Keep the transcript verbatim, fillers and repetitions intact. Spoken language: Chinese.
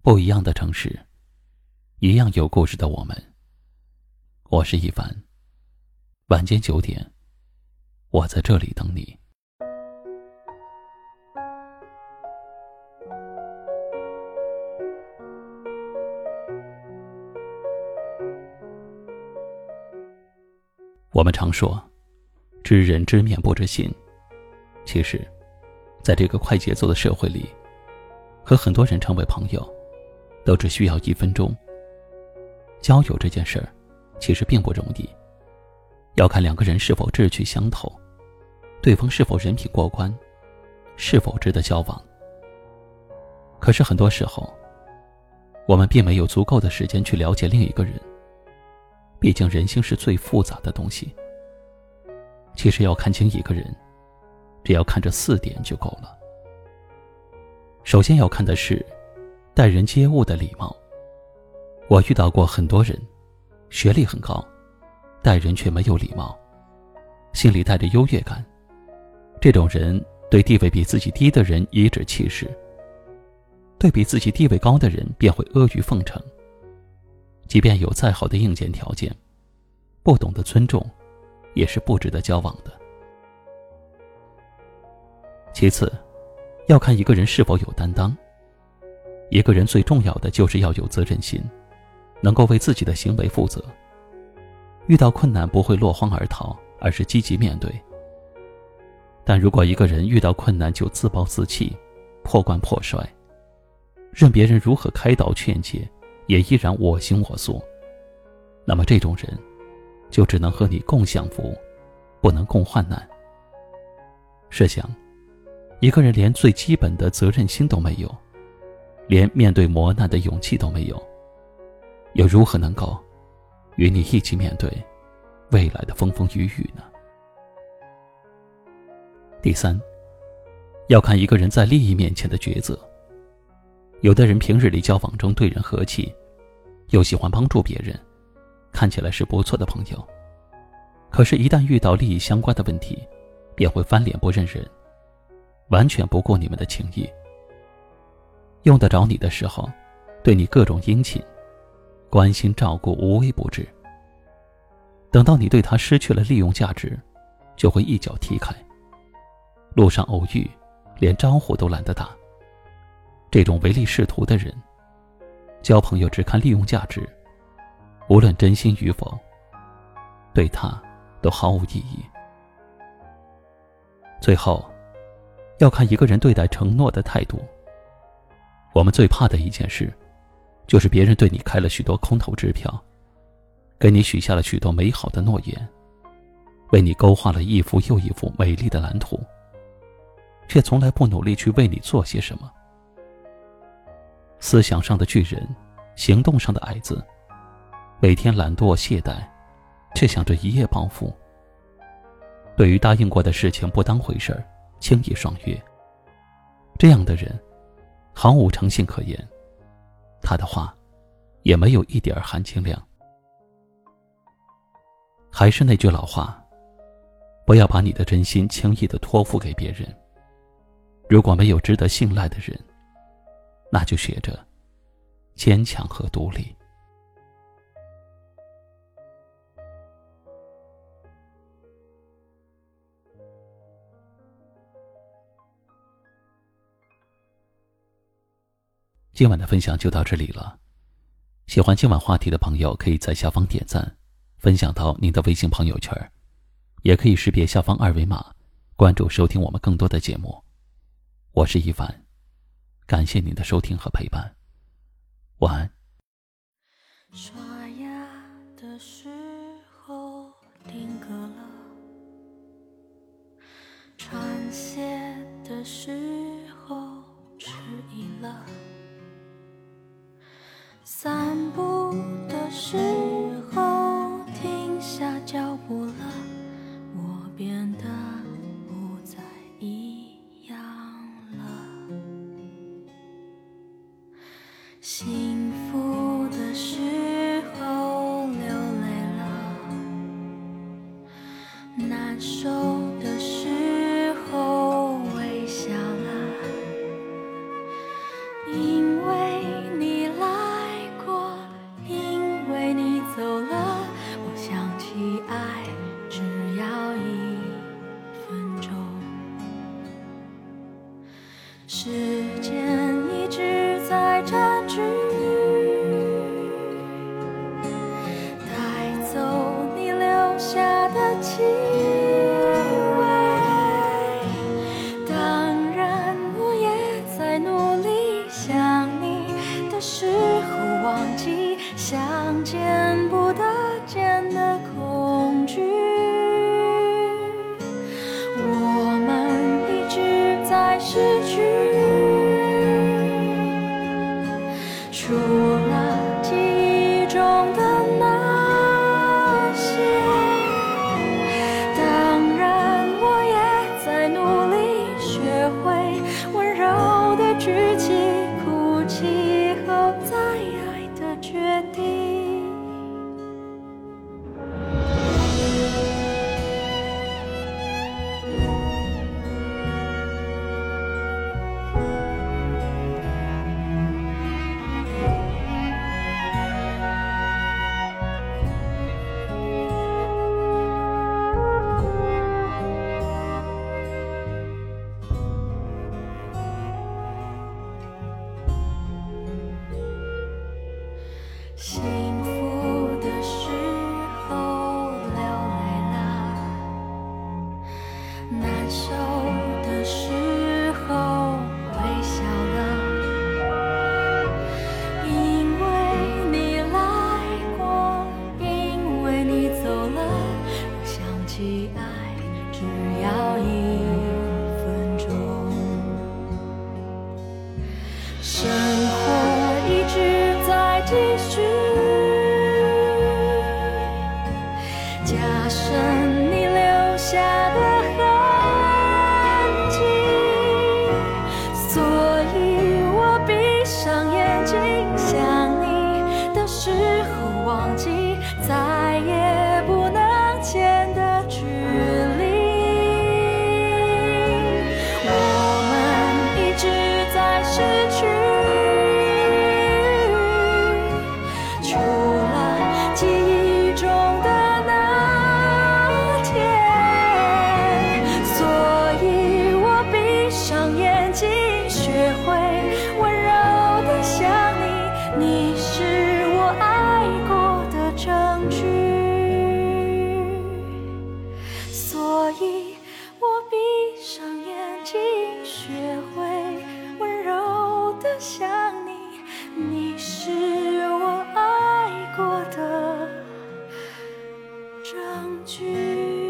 不一样的城市，一样有故事的我们。我是一凡，晚间九点，我在这里等你。我们常说知人知面不知心，其实在这个快节奏的社会里，和很多人成为朋友都只需要一分钟。交友这件事儿其实并不容易，要看两个人是否志趣相投，对方是否人品过关，是否值得交往。可是很多时候我们并没有足够的时间去了解另一个人，毕竟人性是最复杂的东西。其实要看清一个人，只要看这四点就够了。首先要看的是待人接物的礼貌。我遇到过很多人，学历很高，待人却没有礼貌，心里带着优越感。这种人对地位比自己低的人颐指气使，对比自己地位高的人便会阿谀奉承。即便有再好的硬件条件，不懂得尊重也是不值得交往的。其次，要看一个人是否有担当。一个人最重要的就是要有责任心，能够为自己的行为负责。遇到困难不会落荒而逃，而是积极面对。但如果一个人遇到困难就自暴自弃，破罐破摔，任别人如何开导劝解，也依然我行我素，那么这种人就只能和你共享福，不能共患难。试想，一个人连最基本的责任心都没有，连面对磨难的勇气都没有，又如何能够与你一起面对未来的风风雨雨呢？第三，要看一个人在利益面前的抉择。有的人平日里交往中对人和气，又喜欢帮助别人，看起来是不错的朋友，可是一旦遇到利益相关的问题，便会翻脸不认人，完全不顾你们的情谊。用得着你的时候，对你各种殷勤，关心照顾无微不至。等到你对他失去了利用价值，就会一脚踢开。路上偶遇，连招呼都懒得打。这种唯利是图的人，交朋友只看利用价值，无论真心与否，对他都毫无意义。最后，要看一个人对待承诺的态度。我们最怕的一件事，就是别人对你开了许多空头支票，给你许下了许多美好的诺言，为你勾画了一幅又一幅美丽的蓝图，却从来不努力去为你做些什么。思想上的巨人，行动上的矮子，每天懒惰懈怠，却想着一夜暴富。对于答应过的事情不当回事儿，轻易爽约。这样的人毫无诚信可言，他的话也没有一点含金量。还是那句老话，不要把你的真心轻易地托付给别人。如果没有值得信赖的人，那就学着坚强和独立。今晚的分享就到这里了。喜欢今晚话题的朋友，可以在下方点赞，分享到您的微信朋友圈，也可以识别下方二维码，关注收听我们更多的节目。我是一凡，感谢您的收听和陪伴，晚安。 刷牙的时候定格了，穿鞋的时候迟疑了，散步的时候停下脚步了，我变得不再一样了。幸福的时候流泪了，难受的时候微笑了，因为你像见不得见的恐惧。我们一直在失去，除了记忆中的那些。当然，我也在努力学会温柔的举起哭泣后再爱的决定。幸福的时候流泪了，难受的时候微笑了，因为你来过，因为你走了，我想起爱只要一分钟。生活一直在继续，加深你留下的痕迹，所以我闭上眼睛，想你的时候忘记再也不能见的距离。我们一直在失去，除了记忆中的那天，所以我闭上眼睛，学会温柔地想你，你是我爱过的证据，所以我闭上眼睛，学会温柔地想你，你是我爱过的证据。